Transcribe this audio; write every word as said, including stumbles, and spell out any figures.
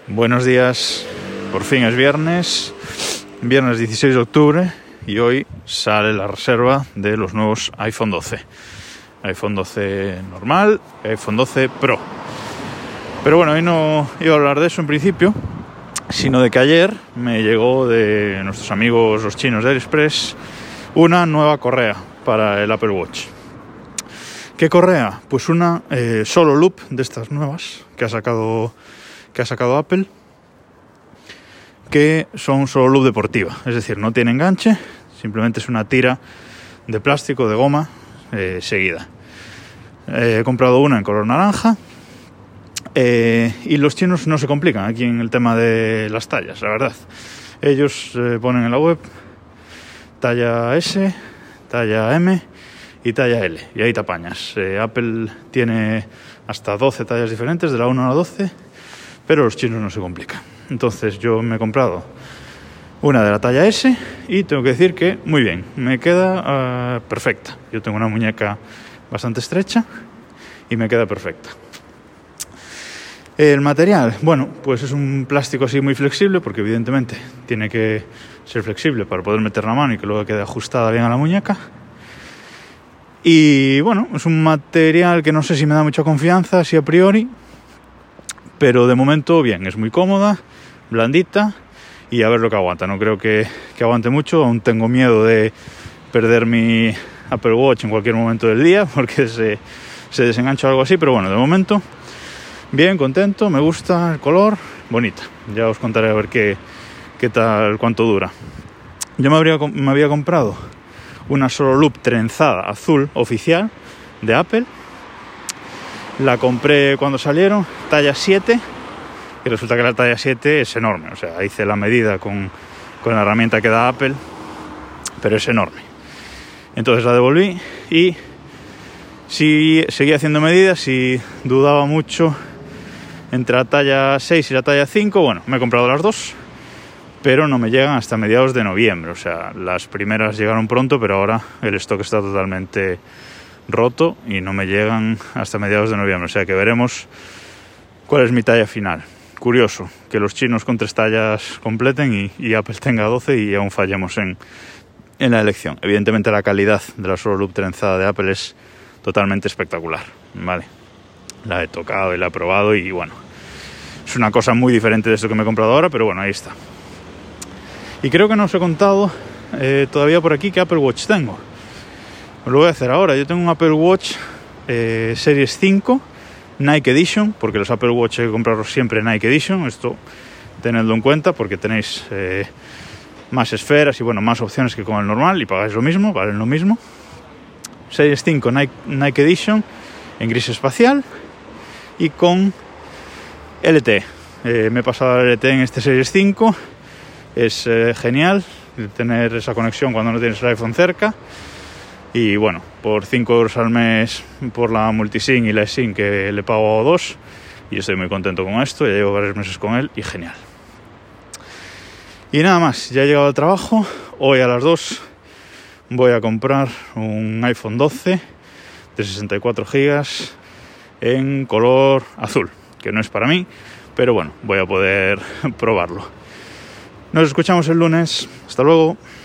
Buenos días, por fin es viernes, viernes dieciséis de octubre y hoy sale la reserva de los nuevos iPhone doce. iPhone doce normal y iPhone doce Pro. Pero bueno, hoy no iba a hablar de eso en principio, sino de que ayer me llegó de nuestros amigos los chinos de AliExpress una nueva correa para el Apple Watch. ¿Qué correa? Pues una eh, solo loop de estas nuevas que ha sacado que ha sacado Apple, que son solo loop deportiva, es decir, no tiene enganche, simplemente es una tira de plástico, de goma, eh, seguida. Eh, he comprado una en color naranja eh, y los chinos no se complican aquí en el tema de las tallas, la verdad. Ellos eh, ponen en la web talla S, talla M y talla L, y ahí te apañas. Eh, Apple tiene hasta doce tallas diferentes, de la uno a la doce, pero los chinos no se complican. Entonces yo me he comprado una de la talla S y tengo que decir que muy bien, me queda uh, perfecta. Yo tengo una muñeca bastante estrecha y me queda perfecta. El material, bueno, pues es un plástico así muy flexible, porque evidentemente tiene que ser flexible para poder meter la mano y que luego quede ajustada bien a la muñeca. Y bueno, es un material que no sé si me da mucha confianza, si a priori, pero de momento bien, es muy cómoda, blandita y a ver lo que aguanta. No creo que, que aguante mucho, aún tengo miedo de perder mi Apple Watch en cualquier momento del día porque se, se desengancha o algo así, pero bueno, de momento bien, contento, me gusta el color, bonita. Ya os contaré a ver qué, qué tal, cuánto dura. Yo me, habría, me había comprado una solo loop trenzada azul oficial de Apple. La compré cuando salieron, talla siete, y resulta que la talla siete es enorme. O sea, hice la medida con, con la herramienta que da Apple, pero es enorme. Entonces la devolví y sí, seguí haciendo medidas y dudaba mucho entre la talla seis y la talla cinco. Bueno, me he comprado las dos, pero no me llegan hasta mediados de noviembre. O sea, las primeras llegaron pronto, pero ahora el stock está totalmente roto y no me llegan hasta mediados de noviembre, o sea que veremos cuál es mi talla final. Curioso que los chinos con tres tallas completen y, y Apple tenga doce y aún fallemos en, en la elección. Evidentemente la calidad de la solo loop trenzada de Apple es totalmente espectacular, ¿vale? La he tocado y la he probado y bueno, es una cosa muy diferente de esto que me he comprado ahora, pero bueno, ahí está. Y creo que no os he contado eh, todavía por aquí qué Apple Watch tengo. Lo voy a hacer ahora. Yo tengo un Apple Watch eh, Series cinco Nike Edition, porque los Apple Watch hay que comprarlos siempre Nike Edition. Esto tenedlo en cuenta porque tenéis eh, más esferas y bueno, más opciones que con el normal y pagáis lo mismo, valen lo mismo. Series cinco Nike, Nike Edition en gris espacial y con L T E. Eh, me he pasado al L T E en este Series cinco. Es eh, genial tener esa conexión cuando no tienes el iPhone cerca. Y bueno, por cinco euros al mes por la multisim y la eSIM que le pago dos, y estoy muy contento con esto, ya llevo varios meses con él y genial. Y nada más, ya he llegado al trabajo. Hoy a las dos voy a comprar un iPhone doce de sesenta y cuatro gigas en color azul, que no es para mí, pero bueno, voy a poder probarlo. Nos escuchamos el lunes, hasta luego.